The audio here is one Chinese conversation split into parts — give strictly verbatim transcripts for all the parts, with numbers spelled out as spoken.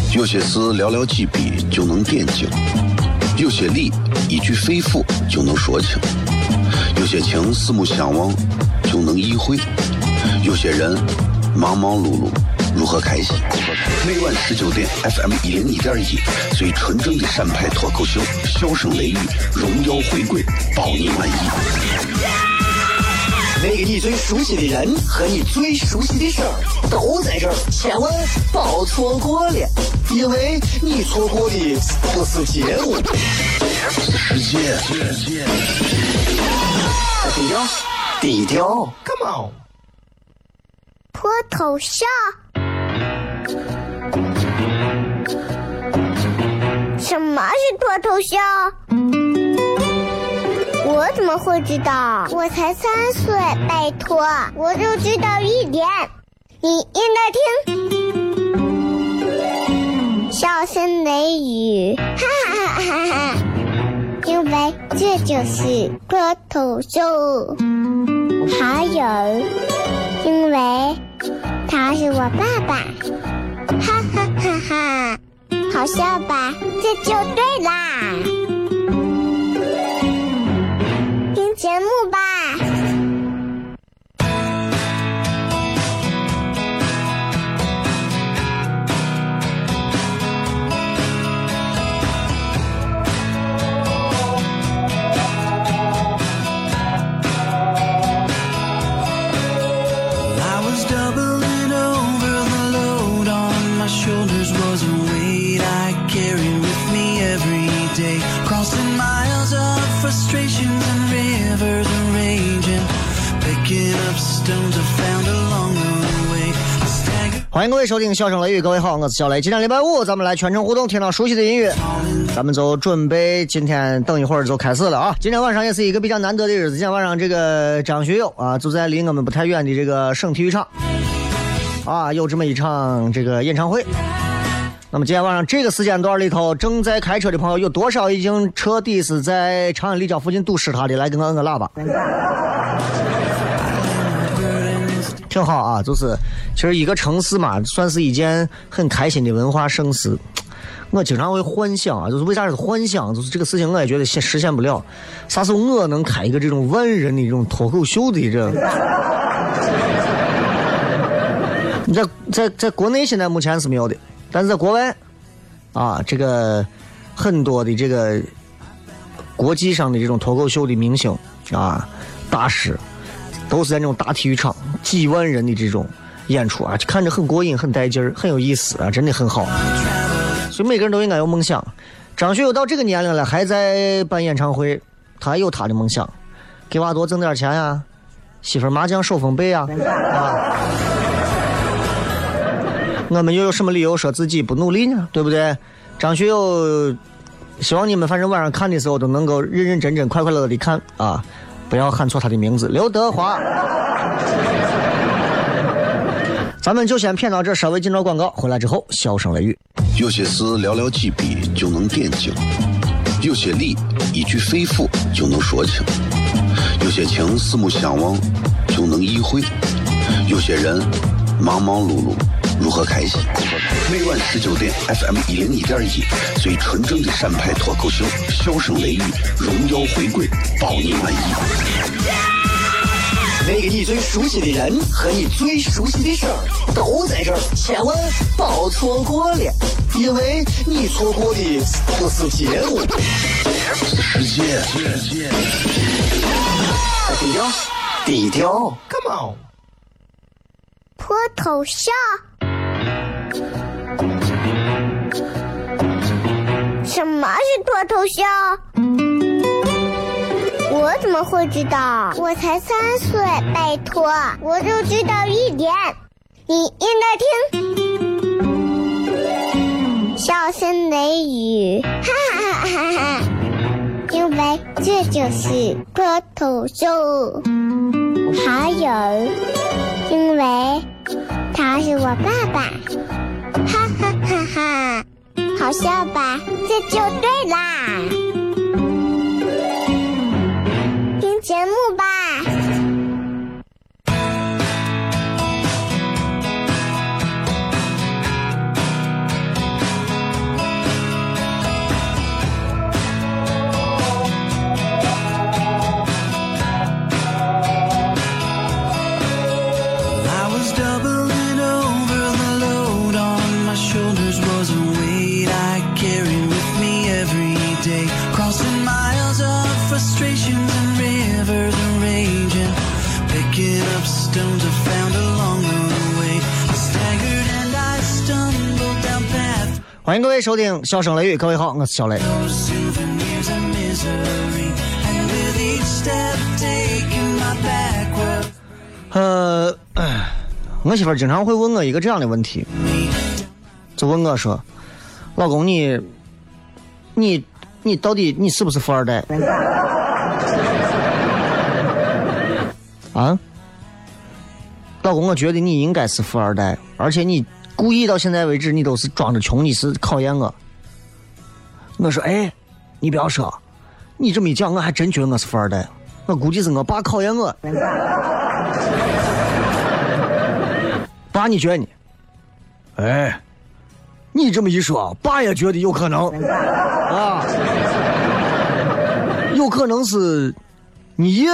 有些事寥寥几笔就能点睛，有些理一句肺腑就能说清，有些情四目相望就能意会，有些人忙忙碌碌如何开心。每晚十九点 F M 一零一点一，最纯正的陕派脱口秀，笑声雷雨，荣耀回归，保你满意。 那个你最熟悉的人和你最熟悉的事儿都在这儿，千万别错过了，因为你错过的不是节目， 是世界。 低调，低调 ，Come on。 脱头像，什么是脱头像？我怎么会知道？我才三岁，拜托，我就知道一点。你应该听，笑声雷雨，哈哈哈哈哈！因为这就是脱头秀。还有，因为他是我爸爸，哈哈哈哈！好笑吧？这就对啦。节目吧。 欢迎各位收听笑声雷雨，各位好，我是小雷。今天礼拜五，咱们来全程互动，听到熟悉的音乐，咱们就准备今天等一会儿就开始了啊！今天晚上也是一个比较难得的日子，今天晚上这个张学友啊，就在离我们不太远的这个省体育场啊，有这么一场这个演唱会。那么今天晚上这个时间段里头，正在开车的朋友有多少已经彻底是在长安立交附近堵死他的？来，给我摁个喇叭。挺好啊，就是其实一个城市嘛，算是一件很开心的文化盛事。我经常会幻想啊，就是为啥是幻想？就是这个事情我也觉得现实现不了。啥时候我能开一个这种万人的这种脱口秀的这？你在在在国内现在目前是没有的，但是在国外啊，这个很多的这个国际上的这种脱口秀的明星啊大师。都是在那种大体育场几万人的这种演出啊，看着很过瘾，很带劲儿，很有意思啊，真的很好。所以每个人都应该有梦想。张学友到这个年龄了还在办演唱会，他有他的梦想，给娃多挣点钱呀，媳妇麻将手风背啊啊！我们又有什么理由说自己不努力呢？对不对？张学友，希望你们反正晚上看的时候都能够认认真真、快快乐乐的看啊。不要喊错他的名字，刘德华。咱们就先骗到这，稍微进到广告，回来之后笑声雷雨。 有些事寥寥几笔就能点睛，有些理一句肺腑就能说清，有些情四目相望就能意会，有些人忙忙碌碌如何开心。每晚十九点 F M 一零一点一，最纯正的陕派脱口秀，笑声雷雨，荣耀回归，保你满意。 那个你最熟悉的人和你最熟悉的事儿都在这儿，千万别错过了，因为你错过的不是节目， 是世界。 低调，低调 ，Come on。 脱头像，什么是脱头像？我怎么会知道？我才三岁，拜托，我就知道一点。你应该听，笑声雷雨，哈哈哈哈哈！因为这就是脱头秀。还有，因为他是我爸爸，哈哈哈哈！好笑吧？这就对啦。节目吧。 欢迎各位收听笑声雷雨，各位好，我是小雷。呃，我媳妇儿经常会问我一个这样的问题，就问我说：“老公，你你你到底你是不是富二代？”啊，老公，我觉得你应该是富二代，而且你故意到现在为止你都是装着穷，你是考验我。我说：“哎，你不要说，你这么一讲，我还真觉得我是富二代。我估计是我爸考验我。”爸，你觉得你？哎，你这么一说，爸也觉得有可能啊，有可能是你也。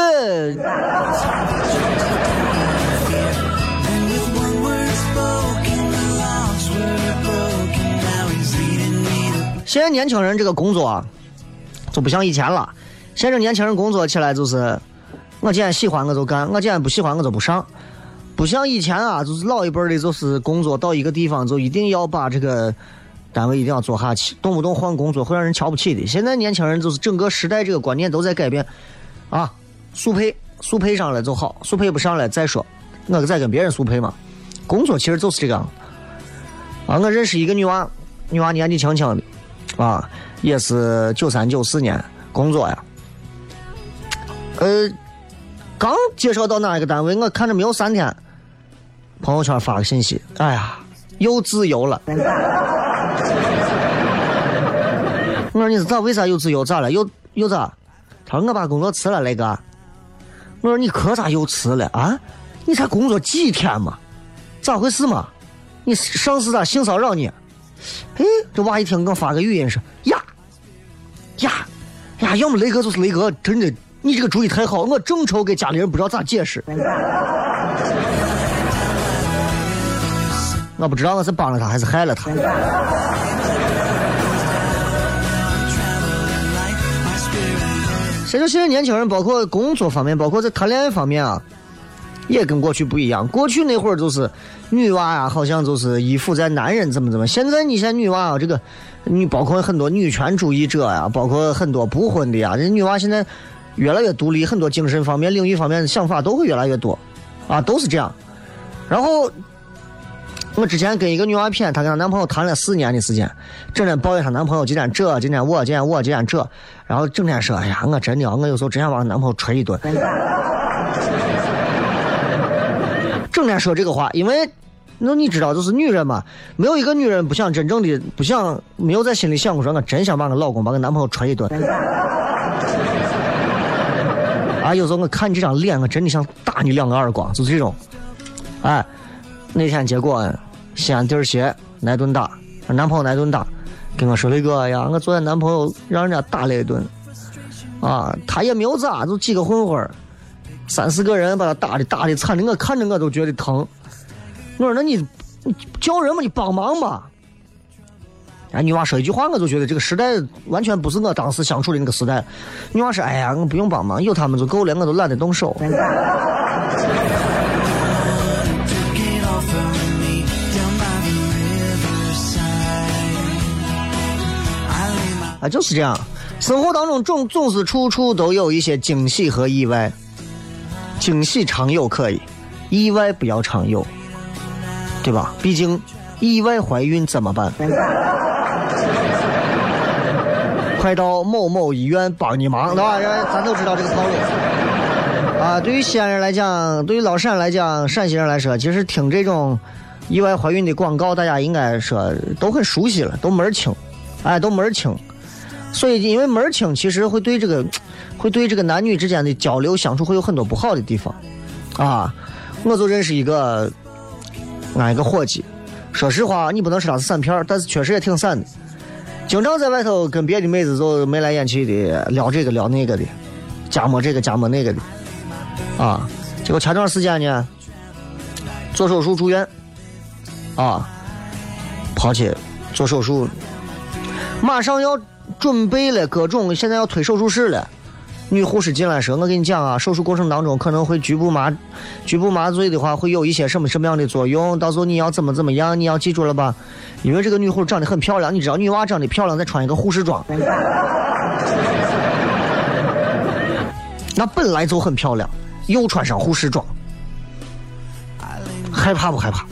现在年轻人这个工作啊，就不像以前了。现在年轻人工作起来就是，我既然喜欢我就干，我既然不喜欢我就不上。不像以前啊，就是老一辈的，就是工作到一个地方就一定要把这个单位一定要做下去，动不动换工作会让人瞧不起的。现在年轻人就是整个时代这个观念都在改变啊，速配速配上来就好，速配不上来再说，我再跟别人速配嘛。工作其实就是这个样啊。我认识一个女娃，女娃年纪轻轻的啊，也是九三九四年工作呀，呃，刚介绍到哪一个单位，我看着没有三天。朋友圈发个信息，哎呀，又自由了。我说你是咋？为啥又自由？咋了？又又咋？他说我把工作辞了，雷哥。我说你可咋又辞了啊？你才工作几天嘛？咋回事嘛？你上司咋性骚扰你？哎，这娃一听给我发个语音说呀呀呀，要么雷哥就是雷哥，真的，你这个主意太好，我正愁给家里人不知道咋解释。我不知道我是帮了他还是害了他。现在现在年轻人，包括工作方面，包括在谈恋爱方面啊，也跟过去不一样。过去那会儿就是女娃呀、啊，好像就是依附在男人怎么怎么。现在你现在女娃啊，这个你包括很多女权主义者呀，包括很多不婚的呀，这女娃现在越来越独立，很多精神方面、领域方面的想法都会越来越多啊，都是这样。然后。我之前跟一个女娃片，她跟她男朋友谈了四年的时间，整天抱怨她男朋友今天这，今天我，今天我，今天这，然后整天说，哎呀，我真的，我有时候真想把我男朋友捶一顿，整天说这个话，因为那你知道，就是女人嘛，没有一个女人不想真正的，不想没有在心里想过说，我真想把我老公，把我男朋友捶一顿。啊，有时候我看你这张脸，我真的想打你两个耳光，就是这种，哎。那天结果西安地儿鞋挨顿打，男朋友挨顿打，跟我说雷哥呀，我昨天男朋友让人家打了一顿，啊，他也没有咋，就几个混混，三四个人把他打的打的惨的，我看着我都觉得疼。我说那你你叫人嘛，你帮忙吧。哎，女娃说一句话，我就觉得这个时代完全不是我当时相处的那个时代。女娃说，哎呀，我不用帮忙，有他们就够了，我都懒得动手。啊，就是这样，生活当中总总是处处都有一些惊喜和意外，惊喜常有可以，意外不要常有，对吧？毕竟意外怀孕怎么办？快到某某医院帮你忙，对吧？咱都知道这个套路啊。对于西安人来讲，对于老陕来讲，陕西人来说，其实听这种意外怀孕的广告，大家应该说都很熟悉了，都门儿清，哎，都门儿清。所以因为门儿清，其实会对这个会对这个男女之间的交流相处会有很多不好的地方啊。我就认识一个俺一个伙计，说实话你不能说他是散片，但是确实也挺散的，经常在外头跟别的妹子就眉来眼去的聊这个聊那个的，夹摸这个夹摸那个的啊。结果前段时间呢做手术住院啊，跑去做手术，马上要准备了各种，现在要推手术室了， 女护士进来说：“我跟你讲啊，手术过程当中可能会局部麻，局部麻醉的话会有一些什么什么样的作用，到时候你要怎么怎么样，你要记住了吧？因为这个女护士长得很漂亮，你知道女娃长得漂亮，再穿一个护士装，那本来就很漂亮，又穿上护士装，害怕不害怕？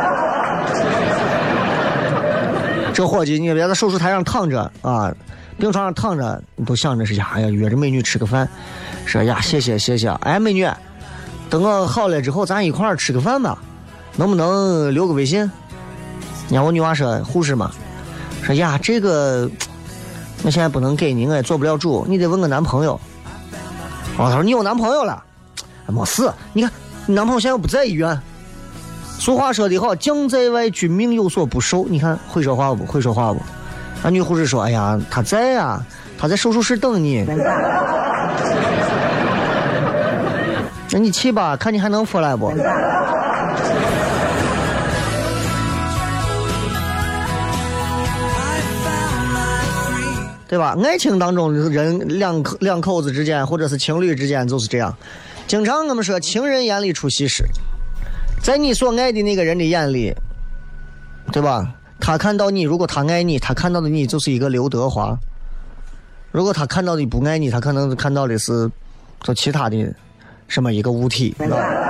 这伙计，你别在手术台上躺着啊！”病床上躺着，你都想着是呀，哎呀，约着美女吃个饭，说呀，谢谢谢谢，哎，美女，等我好了之后，咱一块儿吃个饭吧，能不能留个微信？你看我女娃说护士嘛，说呀，这个我现在不能给你，我也做不了主，你得问个男朋友。哦，他说你有男朋友了，没事，你看你男朋友现在又不在医院。俗话说得好，将在外，君命有所不受。你看会说话不？会说话不？那女护士说：“哎呀，他在呀、啊，他在手术室等你。那你去吧，看你还能回来不？”对吧？爱情当中人两两口子之间，或者是情侣之间就是这样。经常我们说，情人眼里出西施，在你所爱的那个人的眼里，对吧？他看到你，如果他爱你，他看到的你就是一个刘德华；如果他看到的不爱你，他可能看到的是就其他的什么一个物体，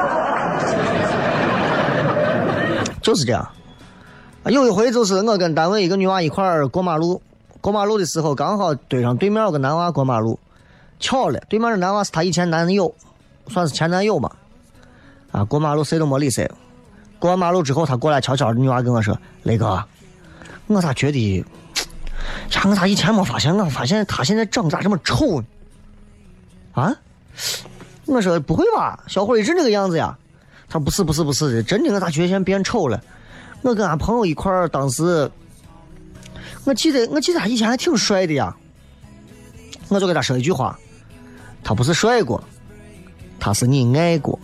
就是这样。有一回就是我跟单位一个女娃一块儿过马路，过马路的时候刚好对上对面有个男娃过马路，巧了，对面的男娃是他以前男友，算是前男友嘛。啊，过马路谁都没理谁。过完马路之后，他过来悄悄的，女娃跟我说：“雷哥。”我咋觉得，呀，我咋以前没发现？我发现他现在长咋这么丑呢？啊？我说不会吧，小伙一直这个样子呀。他说不是不是不是的，真的我咋觉得现在变丑了？我跟俺朋友一块儿，当时我记得我记得他以前还挺帅的呀。我就给他说一句话：他不是帅过，他是你爱过。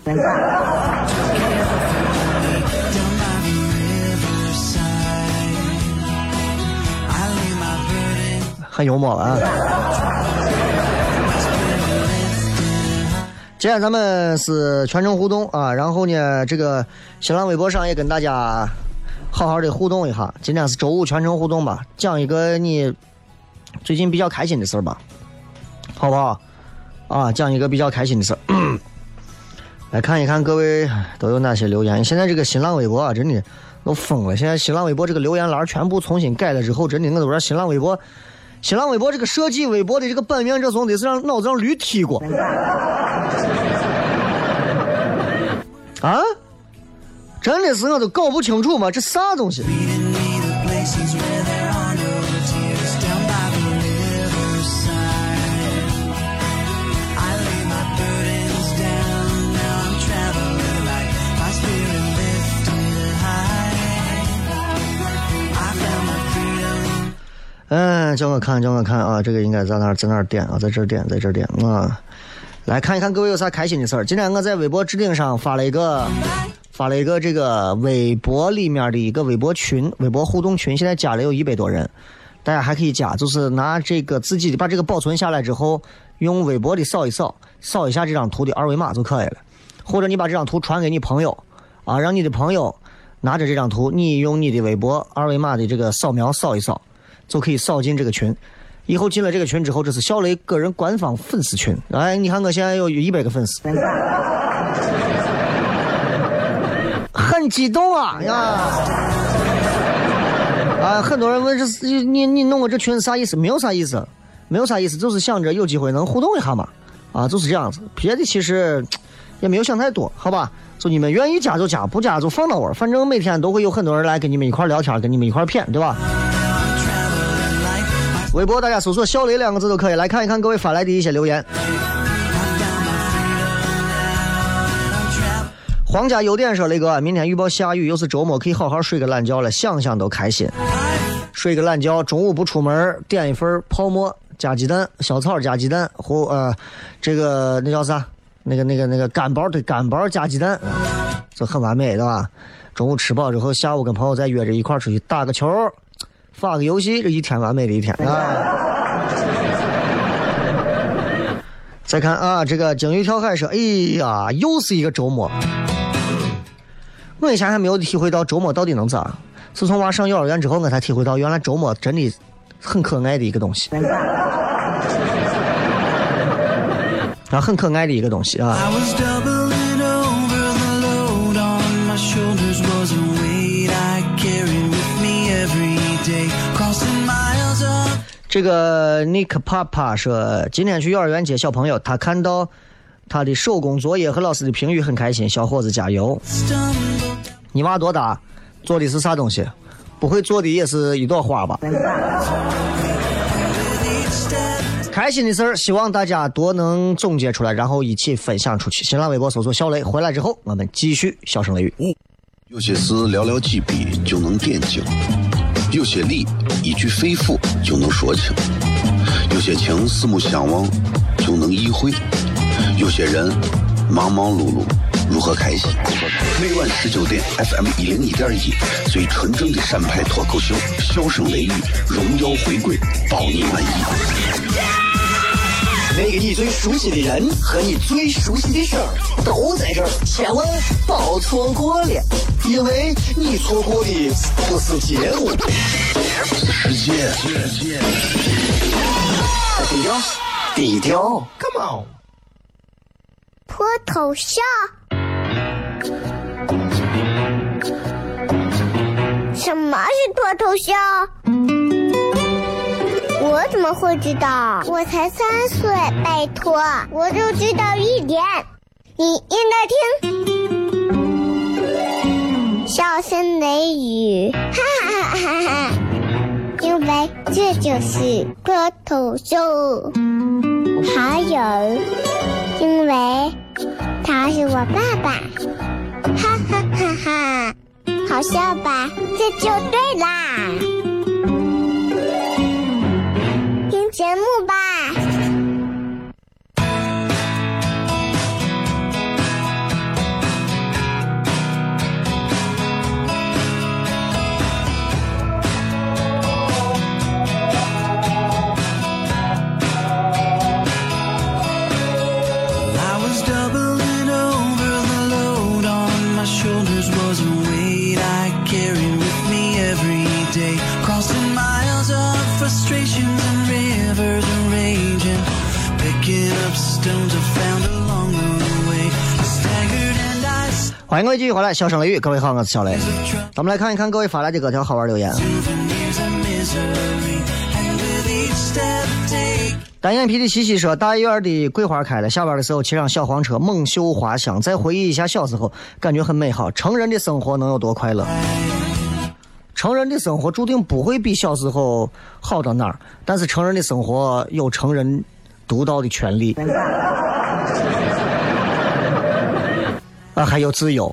很幽默了啊！今天咱们是全程互动啊，然后呢，这个新浪微博上也跟大家好好的互动一下。今天是周五全程互动吧，讲一个你最近比较开心的事儿吧，好不好？啊，讲一个比较开心的事儿。来看一看各位都有哪些留言。现在这个新浪微博啊，真的都疯了。现在新浪微博这个留言栏全部重新改了之后，真的我都说新浪微博。新浪微博这个设计微博的这个版面，这总得是让脑子让驴踢过啊！真的是我都搞不清楚嘛，这啥东西？嗯，叫我看，叫我看啊！这个应该在那儿，在那儿点啊，在这儿点，在这儿点啊！来看一看各位有啥开心的事儿。今天我在微博置顶上发了一个，发了一个这个微博里面的一个微博群，微博互动群，现在加了有一百多人，大家还可以加，就是拿这个自己的把这个保存下来之后，用微博的扫一扫，扫一下这张图的二维码就可以了，或者你把这张图传给你朋友啊，让你的朋友拿着这张图，你用你的微博二维码的这个扫描扫一扫。就可以扫进这个群，以后进了这个群之后，这是小雷个人官方粉丝群。哎，你看我现在有一百个粉丝，很激动啊呀！啊，很多人问这是你你弄我这群啥意思？没有啥意思，没有啥意思，就是想着有机会能互动一下嘛。啊，就是这样子，别的其实也没有想太多，好吧？就你们愿意加就加，不加就放到我，反正每天都会有很多人来跟你们一块聊天，跟你们一块谝，对吧？微博大家搜索小雷两个字都可以，来看一看各位发来的一些留言。皇家邮电说雷哥，明天预报下雨，又是周末，可以好好睡个懒觉了，想想都开心。睡个懒觉，中午不出门，点一份泡沫加鸡蛋，小草加鸡蛋，或呃这个那叫啥？那个那个那个干包，对，干包加鸡蛋，这很完美，对吧？中午吃饱之后，下午跟朋友再约着一块出去打个球。发个游戏，这一天完美的一天啊！ 再看啊，这个鲸鱼跳海说，哎呀，又是一个周末。我以前还没有体会到周末到底能咋。自从娃上幼儿园之后，我才体会到原来周末真的很可爱的一个东西。啊，很可爱的一个东西啊。这个 Nick Papa 说，今天去幼儿园接小朋友，他看到他的手工作业和老师的评语很开心，小伙子加油。你娃多大？做的是啥东西？不会做的也是一朵花吧？开心的事儿，希望大家多能总结出来，然后一起分享出去。新浪微博搜索小雷，回来之后我们继续笑声雷雨。 有些事寥寥几笔就能点睛，有些理一句肺腑就能说清，有些情四目相望就能意会，有些人忙忙碌碌如何开心？每晚十九点 F M 一零一点一，最纯正的陕派脱口秀，笑声雷雨，荣耀回归，保你满意。 那个你最熟悉的人和你最熟悉的事儿都在这儿，千万别错过了，因为你错过的不是节目， 是世界。 低调，低调 ，Come on。 脱头像，什么是脱头像？我怎么会知道？我才三岁，拜托，我就知道一点。你应该听，笑声雷雨，哈哈哈哈哈！因为这就是脱头秀。还有，因为他是我爸爸，哈哈哈哈！好笑吧？这就对啦。听节目吧。 欢迎各位继续回来，笑声雷雨，各位好，我是小雷。咱们来看一看各位发来的各条好玩留言。单眼皮的西西说，大院的桂花开了，下班的时候骑上小黄车猛嗅花香，再回忆一下小时候，感觉很美好。成人的生活能有多快乐？成人的生活注定不会比小时候好到哪儿，但是成人的生活有成人独到的权利啊，还有自由。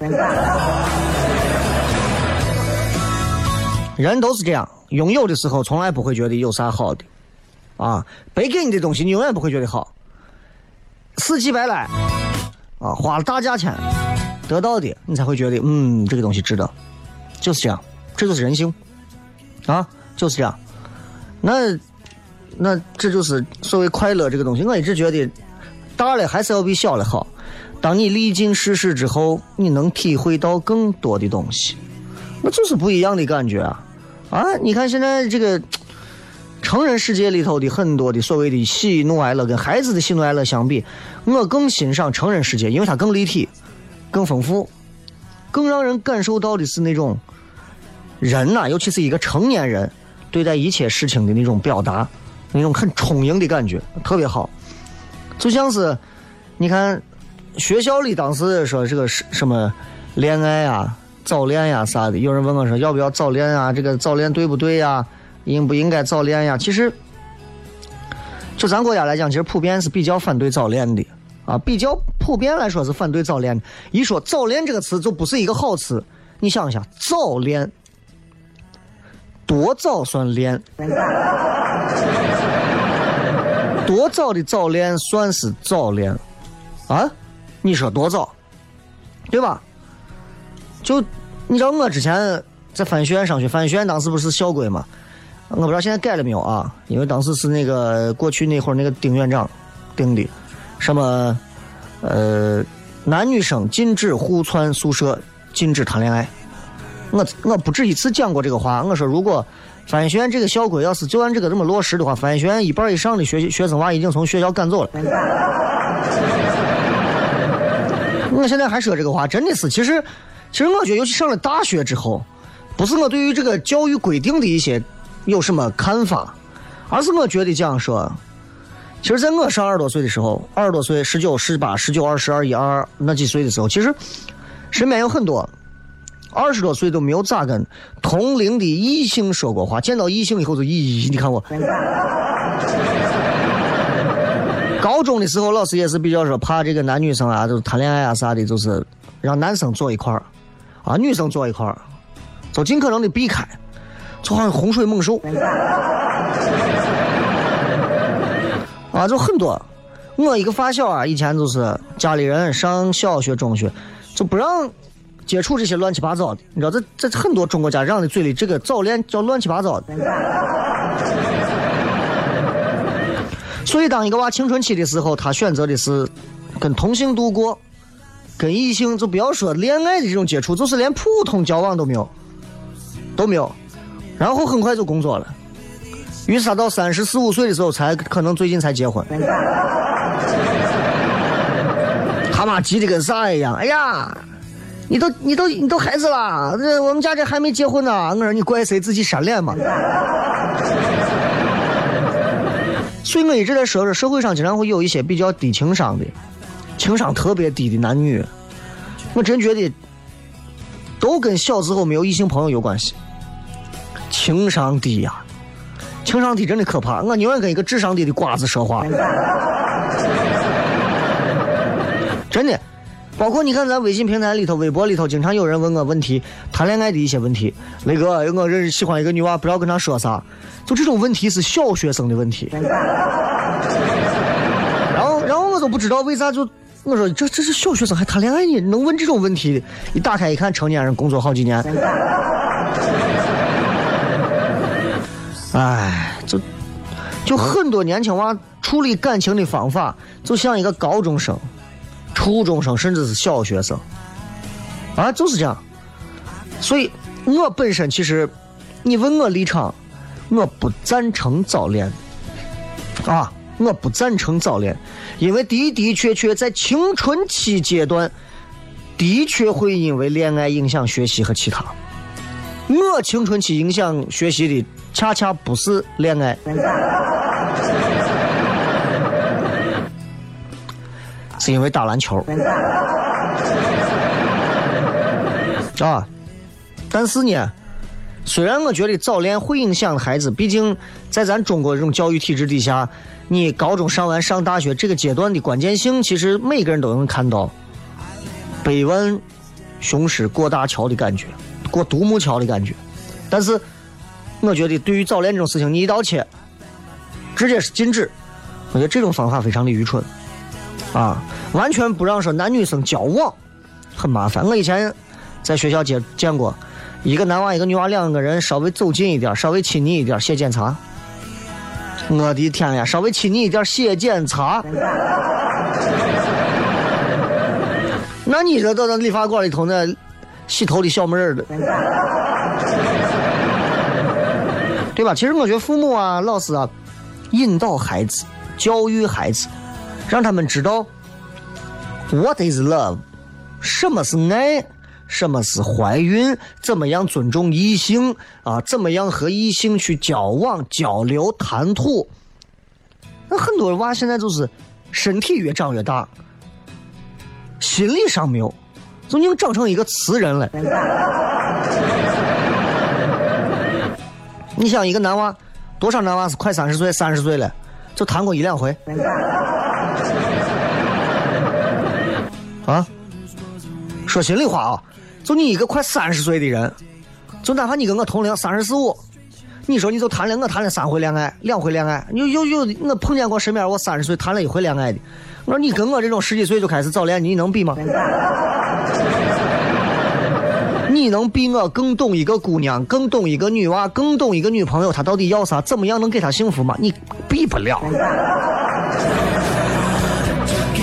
人都是这样，拥有的时候从来不会觉得有啥好的啊，白给你的东西你永远不会觉得好，死乞白赖啊，花了大价钱得到的你才会觉得嗯，这个东西值得，就是这样，这就是人性啊，就是这样。那那这就是所谓快乐这个东西，我一直觉得大了还是要比小了好。当你历经世事之后，你能体会到更多的东西，那就是不一样的感觉啊！啊，你看现在这个成人世界里头的很多的所谓的喜怒哀乐，跟孩子的喜怒哀乐相比，我更欣赏成人世界，因为它更立体、更丰富，更让人感受到的是那种人呐、啊，尤其是一个成年人对待一切事情的那种表达，那种很充盈的感觉，特别好。就像是你看。学校里当时说这个什么恋爱啊、早恋呀、啊、啥的，有人问我说要不要早恋啊？这个早恋对不对呀、啊？应不应该早恋呀？其实，就咱国家来讲，其实普遍是比较反对早恋的啊，比较普遍来说是反对早恋的。一说早恋这个词就不是一个好词，你想一下，早恋多早算恋？多早的早恋算是早恋啊？你说多早，对吧？就你知道我之前在翻学院上学，翻学院当时不是校规嘛？我不知道现在改了没有啊？因为当时是那个过去那会儿那个丁院长定的， 什么呃男女生禁止互窜宿舍，禁止谈恋爱。我我不止一次讲过这个话，我说如果翻译学院这个校规要是就按这个这么落实的话，翻译学院一半以上的学学生娃已经从学校赶走了。我现在还说这个话，真的是，其实其实我觉得尤其上了大学之后，不是我对于这个教育规定的一些有什么看法，而是我觉得这样说，其实在我上二十多岁的时候，二十多岁十九十八十九二十二一二那几岁的时候，其实身边有很多二十多岁都没有咋跟同龄的异性说过话，见到异性以后就咦，你看我高中的时候老师也是比较说怕这个男女生啊就是谈恋爱啊啥的，就是让男生坐一块儿啊，女生坐一块儿，就尽可能的避开，就好像洪水猛兽啊，就很多。我一个发小啊，以前就是家里人上小学中学就不让接触这些乱七八糟的，你知道这这很多中国家长的嘴里这个早恋叫乱七八糟的。所以当一个娃青春期的时候，他选择的是跟同性度过，跟异性就不要说恋爱的这种接触，就是连普通交往都没有都没有，然后很快就工作了，于是他到三十四五岁的时候才可能最近才结婚。他妈急得跟啥一样，哎呀你都你都你都孩子了，这我们家这还没结婚呢。我说你怪谁，自己闪脸嘛。所以我一直在说，社会上经常会有一些比较低情商的，情商特别低的男女，我真觉得都跟小时候没有异性朋友有关系。情商低呀、啊，情商低真的可怕，我宁愿跟一个智商低的瓜子说话。真的。包括你看咱微信平台里头微博里头经常有人问我问题，谈恋爱的一些问题，雷哥我认识喜欢一个女娃不知道跟她说啥，就这种问题是小学生的问题。然后然后我都不知道为啥，就我说这这是小学生还谈恋爱呢，能问这种问题，一打开一看成年人工作好几年。哎，就就很多年轻娃处理感情的方法就像一个高中生初中生甚至是小学生啊，就是这样。所以我本身其实你问我立场，我不赞成早恋啊，我不赞成早恋，因为的的确确在青春期阶段的确会因为恋爱影响学习和其他。我青春期影响学习的恰恰不是恋爱，是因为打篮球啊。但是呢，虽然我觉得早恋会影响孩子，毕竟在咱中国这种教育体制底下，你高中上完上大学这个阶段的关键性，其实每个人都能看到北万雄师过大桥的感觉，过独木桥的感觉。但是我觉得对于早恋这种事情，你一刀切直接是禁止，我觉得这种方法非常的愚蠢啊，完全不让说男女生交往很麻烦。我以前在学校见见过一个男娃一个女娃两个人稍微走近一点，稍微亲昵一点写检查，我的天呀，稍微亲昵一点写检查，那你这到那理发馆里头那洗头的小妹儿的，对吧？其实我觉得父母啊老师啊引导孩子教育孩子，让他们知道 what is love， 什么是爱，什么是怀孕，怎么样尊重异性啊，怎么样和异性去交往交流谈吐。那很多娃现在就是身体越长越大，心理上没有，就已经长成一个词人了。你想一个男娃，多少男娃是快三十岁三十岁了就谈过一两回啊？说心里话啊，就你一个快三十岁的人，就哪怕你跟我同龄三十四五，你说你就谈了我谈了三回恋爱两回恋爱，有有有我碰见过身边我三十岁谈了一回恋爱的，我说你跟我这种十几岁就开始早恋，你能比吗？你能比我更懂一个姑娘，更懂一个女娃，更懂一个女朋友她到底要啥，怎么样能给她幸福吗？你比不了。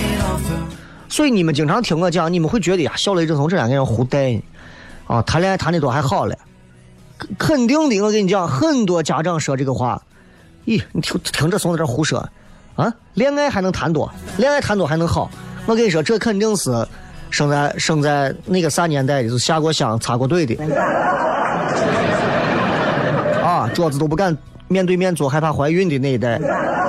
所以你们经常听我讲，你们会觉得呀，小雷正从这两个人胡带啊，谈恋爱谈的多还好了。肯定的，我跟你讲，很多家长说这个话，咦，你听听这怂在这胡说啊？恋爱还能谈多？恋爱谈多还能好？我跟你说，这肯定是生在生在那个啥年代的，是下过乡插过队的啊，桌子都不敢面对面坐，害怕怀孕的那一代。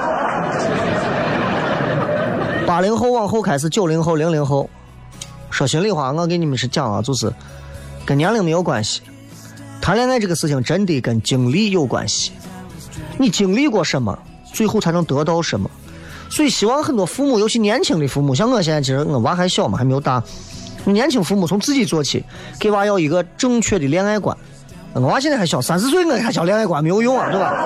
八零后往后开始，九零后、零零后，说心里话，我跟你们是讲啊，就是跟年龄没有关系。谈恋爱这个事情真的跟经历有关系，你经历过什么，最后才能得到什么。所以希望很多父母，尤其年轻的父母，像我现在其实我娃还小嘛，还没有大，年轻父母从自己做起，给娃要一个正确的恋爱观。我娃现在还小，三十岁我还讲恋爱观没有用啊，对吧？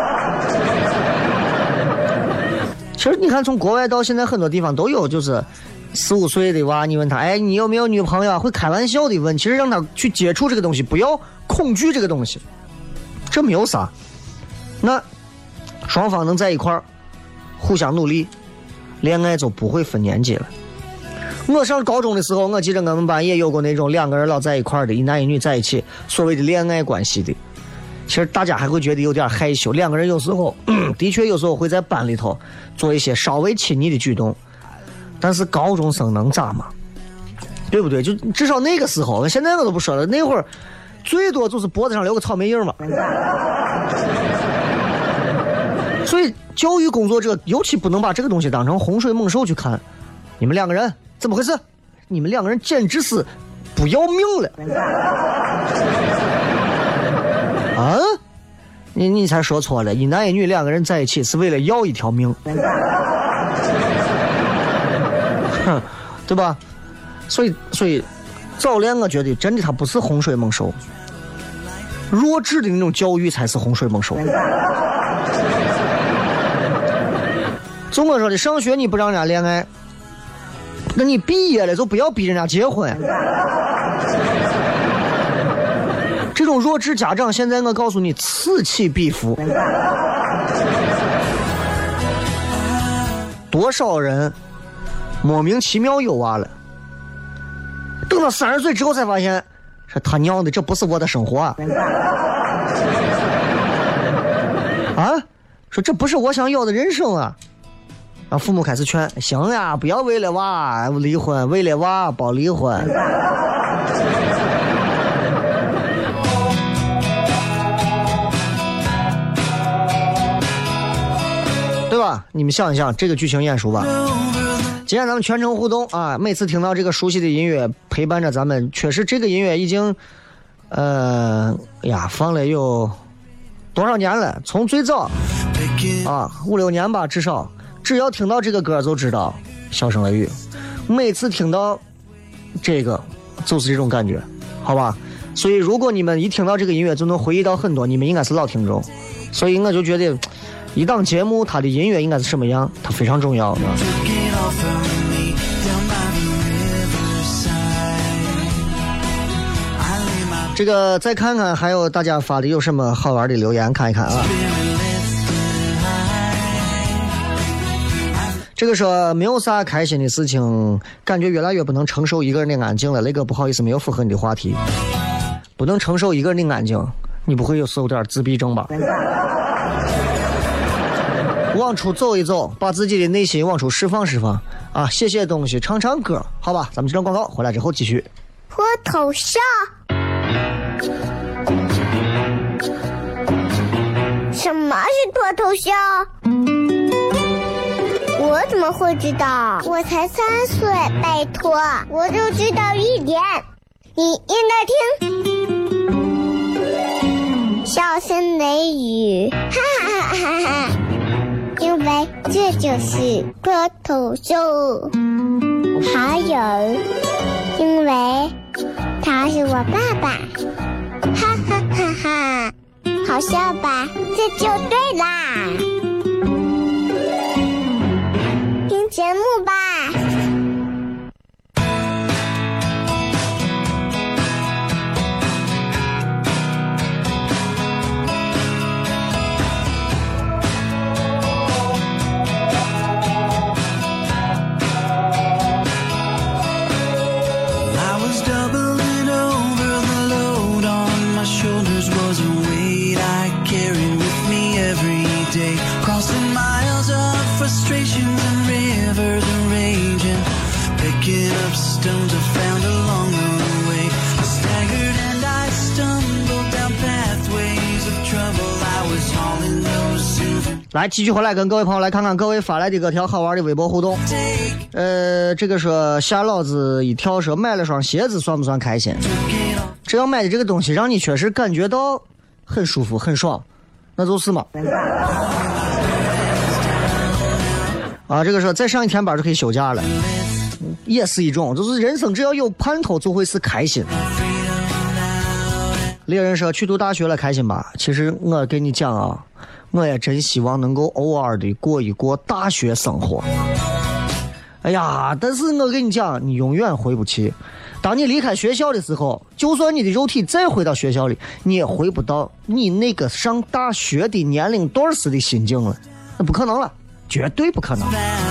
其实你看，从国外到现在很多地方都有，就是四五岁的娃，你问他，哎，你有没有女朋友？会开玩笑的问，其实让他去接触这个东西，不要恐惧这个东西，这没有啥。那双方能在一块儿，互相努力，恋爱就不会分年纪了。我上高中的时候，我记得我们班也有过那种两个人老在一块儿的，一男一女在一起，所谓的恋爱关系的。其实大家还会觉得有点害羞，两个人有时候的确有时候会在班里头做一些稍微亲昵的举动，但是高中生能咋嘛？对不对？就至少那个时候，现在我都不说了，那会儿最多就是脖子上留个草莓印嘛。所以教育工作者尤其不能把这个东西当成洪水猛兽去看。你们两个人怎么回事？你们两个人简直是不要命了啊！你你才说错了，一男一女两个人在一起是为了要一条命，对吧？所以所以早恋我觉得真的它不是洪水猛兽，弱智的那种教育才是洪水猛兽。中国说的上学你不让人家恋爱，那你毕业了就不要逼人家结婚。这种弱智家长现在我告诉你此起彼伏。多少人莫名其妙有娃了，等到三十岁之后才发现说他娘的这不是我的生活啊，啊说这不是我想要的人生啊。让父母开始劝，行呀，不要为了娃离婚，为了娃别离婚。对吧？你们想一想这个剧情演出吧。今天咱们全程互动啊，每次听到这个熟悉的音乐陪伴着咱们，确实这个音乐已经呃呀放了有多少年了？从最早啊五六年吧，至少只要听到这个歌就知道笑声雷雨。每次听到这个就是这种感觉，好吧？所以如果你们一听到这个音乐就能回忆到很多，你们应该是老听众。所以我就觉得一档节目它的音乐应该是什么样，它非常重要的。这个再看看还有大家发的有什么好玩的留言，看一看啊。这个说没有啥开心的事情，感觉越来越不能承受一个人的安静了。雷哥不好意思没有符合你的话题，不能承受一个人的安静，你不会有有点自闭症吧？往出走一走，把自己的内心往出释放释放啊！写写东西，唱唱歌，好吧？咱们这张广告回来之后继续。 脱头像，什么是脱头像？我怎么会知道？我才三岁，拜托，我就知道一点。你应该听，笑声雷雨，哈哈哈哈哈！因为这就是脱头秀。还有，因为他是我爸爸，哈哈哈哈！好笑吧？这就对啦。听节目吧。 day, crossing miles of frustrations and rivers are raging, picking up stones I found along the way. I staggered and I stumbled down pathways of trouble. I was hauling those silver. 来，继续回来跟各位朋友来看看各位发来的各条好玩的微博互动。呃，这个说吓老子一跳，说买了双鞋子算不算开心？只要买的这个东西让你确实感觉到很舒服、很爽，那就是嘛。啊，这个说再上一天班就可以休假了，也是一种，就是人生只要有盼头就会是开心。猎人说去读大学了，开心吧？其实我跟你讲啊，我也真希望能够偶尔的过一过大学生活。哎呀，但是我跟你讲，你永远回不去。当你离开学校的时候，就算你的肉体再回到学校里，你也回不到你那个上大学的年龄段时的心境了，那不可能了，绝对不可能。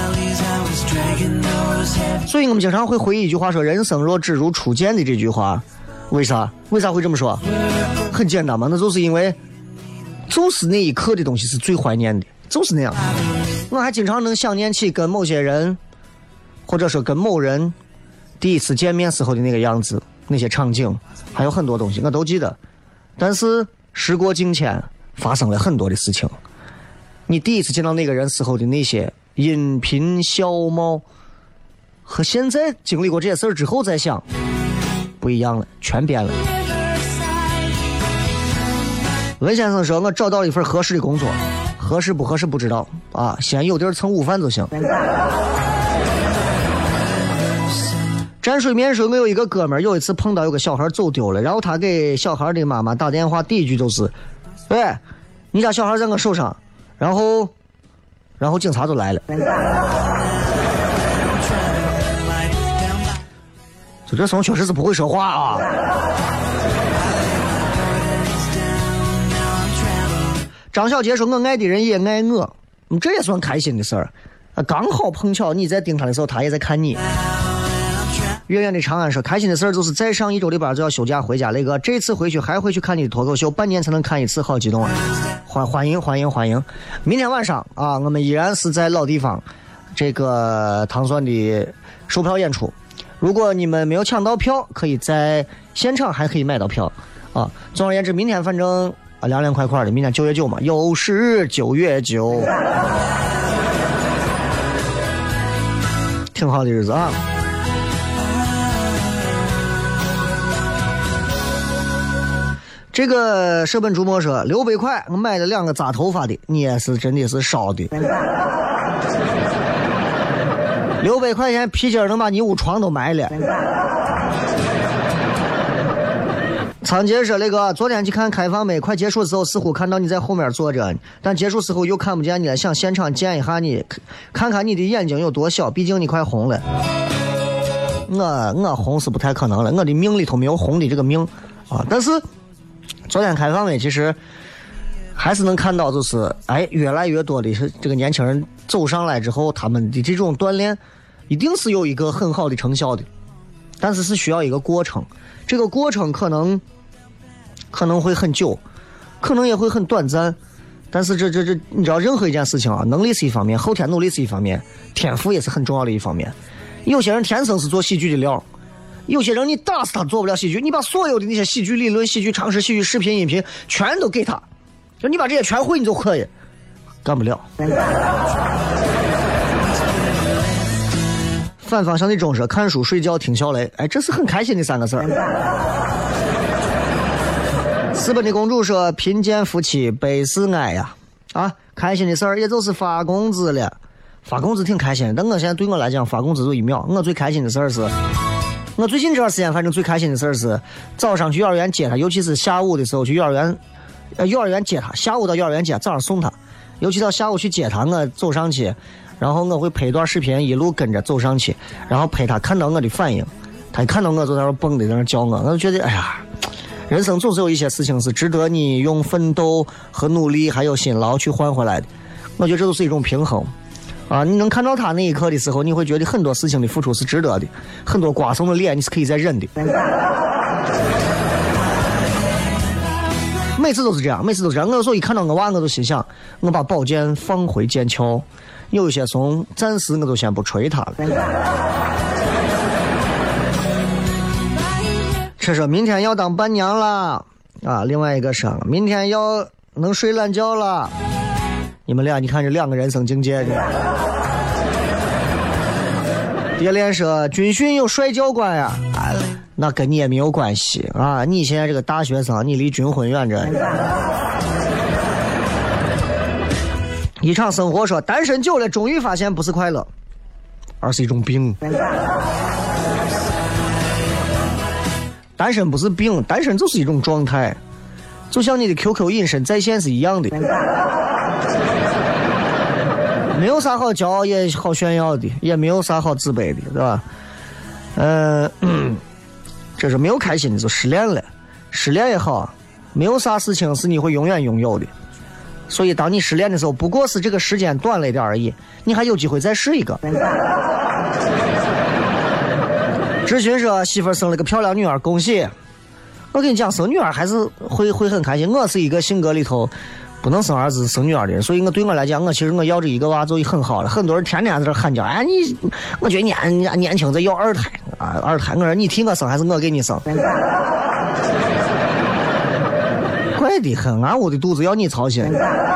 所以我们经常会回忆一句话，说人生若只如初见的这句话。为啥？为啥会这么说？很简单嘛，那就是因为就是那一刻的东西是最怀念的，就是那样。我还经常能想念起跟某些人，或者说跟某人第一次见面时候的那个样子，那些场景，还有很多东西我都记得。但是时过境迁，发生了很多的事情。你第一次见到那个人时候的那些音频笑貌，和现在经历过这些事儿之后再想，不一样了，全变了。文先生说，我找到了一份合适的工作，合适不合适不知道啊，先有地儿蹭午饭就行。沾水面说，我有一个哥们儿，有一次碰到有个小孩走丢了，然后他给小孩的妈妈打电话，第一句就是：“喂，你家小孩在我手上。”然后，然后警察就来了。就这怂确实是不会说话啊。张小杰说，我爱的人也爱我，这也算开心的事儿啊。刚好碰巧你在盯他的时候，他也在看你。远远的长安说，开心的事儿就是再上一周的班就要休假回家，雷哥这次回去还会去看你的脱口秀，半年才能看一次，好激动啊！欢欢迎欢迎欢迎！明天晚上啊，我们依然是在老地方这个糖蒜的售票演出，如果你们没有抢到票，可以在现场还可以买到票啊。总而言之，明天反正啊凉凉快快的，明天九月九嘛，又是九月九，挺好的日子啊。这个舍本逐末说，六百块我买了两个扎头发的，你也是真的是烧的。六百块钱皮筋能把你屋床都埋了。仓颉说，那个昨天去看开放美快结束的时候，似乎看到你在后面坐着，但结束时候又看不见你了，想现场见一下你，看看你的眼睛有多小，毕竟你快红了。我我红是不太可能了，我的命里头没有红的这个命啊，但是昨天开放美其实还是能看到，就是哎，越来越多的是这个年轻人走上来之后，他们的这种锻炼一定是有一个很好的成效的，但是是需要一个过程，这个过程可能可能会很久，可能也会很短暂，但是这这这你知道，任何一件事情啊，能力是一方面，后天努力是一方面，天赋也是很重要的一方面。有些人天生是做喜剧的料，有些人你打死他做不了喜剧，你把所有的那些戏剧理论、戏剧常识、戏剧视频、音频全都给他，就你把这些全会，你就可以，干不了。反方向的钟声，看书、睡觉、听小雷，哎，这是很开心的三个字儿。私奔的公主说，贫贱夫妻百事哀呀，啊，开心的事儿也就是发工资了。发工资挺开心的，但我现在对我来讲，发工资就一秒。我最开心的事儿是，我最近这段时间反正最开心的事儿是，早上去幼儿园接他，尤其是下午的时候去幼儿园，呃，幼儿园接他，下午到幼儿园接，早上送他，尤其到下午去接他，我走上去，然后我会拍一段视频，一路跟着走上去，然后拍他看到我的反应，他一看到我就在那蹦的在那叫我，我就觉得哎呀，人生总是有一些事情是值得你用奋斗和努力还有辛劳去换回来的，我觉得这都是一种平衡。啊，你能看到他那一刻的时候，你会觉得很多事情的付出是值得的，很多刮松的脸你是可以再忍的。 每次都是这样，每次都是这样。我有时候一看到我娃，我都心想，我把宝剑放回剑鞘。有一些怂，暂时我都先不吹他了。这说明天要当伴娘了啊！另外一个说明天要能睡懒觉了。你们俩，你看这两个人生境界。蝶恋说军训有帅教官呀，那跟你也没有关系啊！你现在这个大学生，你离军训远着。一场生活说单身久了，终于发现不是快乐，而是一种病。单身不是病，单身就是一种状态，就像你的 Q Q 隐身在线是一样的。没有啥好骄傲也好炫耀的，也没有啥好自卑的，对吧？呃嗯，这是没有开心的就失恋了，失恋也好，没有啥事情是你会永远拥有的。所以当你失恋的时候，不过是这个时间短了一点而已，你还有机会再试一个。咨询说媳妇生了个漂亮女儿，恭喜！我跟你讲，生女儿还是会会很开心。我是一个性格里头不能生儿子生女儿的人，所以我对我来讲，我其实我要这一个娃就很好了。很多人天天在这喊叫，哎，你我觉得年年轻在要二胎啊，二胎。我说你替我生还是我给你生？怪的很，俺我的肚子要你操心。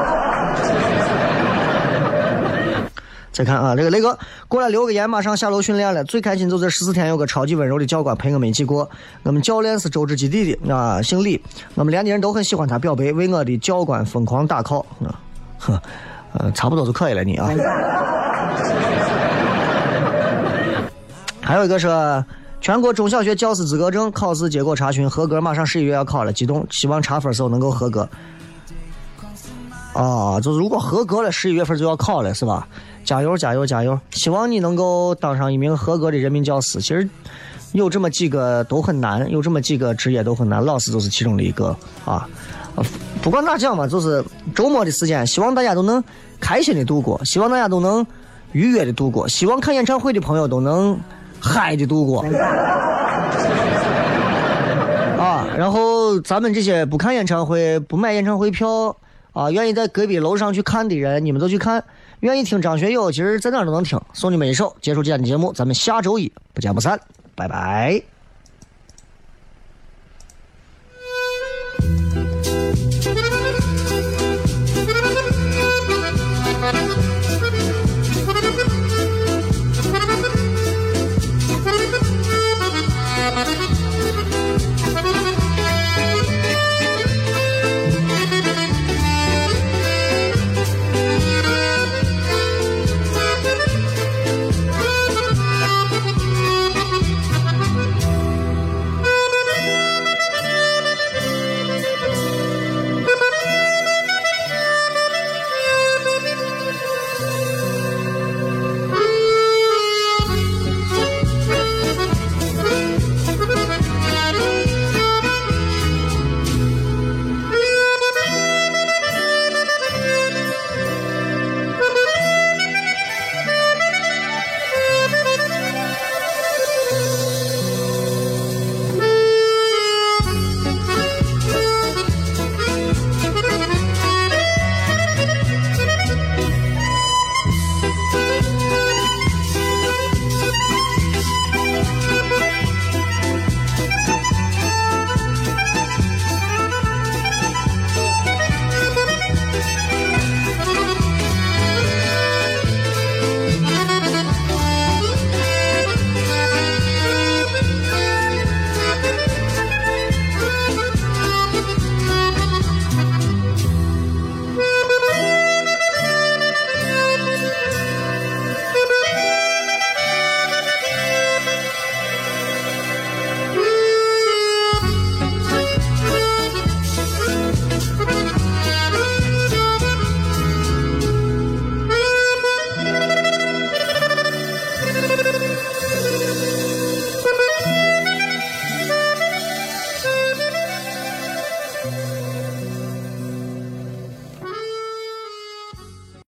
再看啊，这个雷哥过来留个言，马上下楼训练了。最开心就这十四天有个超级温柔的教官陪我们一起过。我们教练是周至基地的啊，姓李。我们连的人都很喜欢他，表白为我的教官疯狂打 call 啊，呵，呃，差不多就可以了你啊。还有一个是全国中小学教师资格证考试结果查询合格，马上十一月要考了，激动，希望查分时候能够合格。啊，就是如果合格了，十一月份就要考了，是吧？加油加油加油！希望你能够当上一名合格的人民教师。其实有这么几个都很难，有这么几个职业都很难，老师就是其中的一个啊。不管咋讲嘛，就是周末的时间，希望大家都能开心的度过，希望大家都能愉悦的度过，希望看演唱会的朋友都能嗨的度过。啊，然后咱们这些不看演唱会、不买演唱会票啊，愿意在隔壁楼上去看的人，你们都去看。愿意听张学友，其实在哪儿都能听。送你们一首，结束这样的节目，咱们下周一不见不散，拜拜。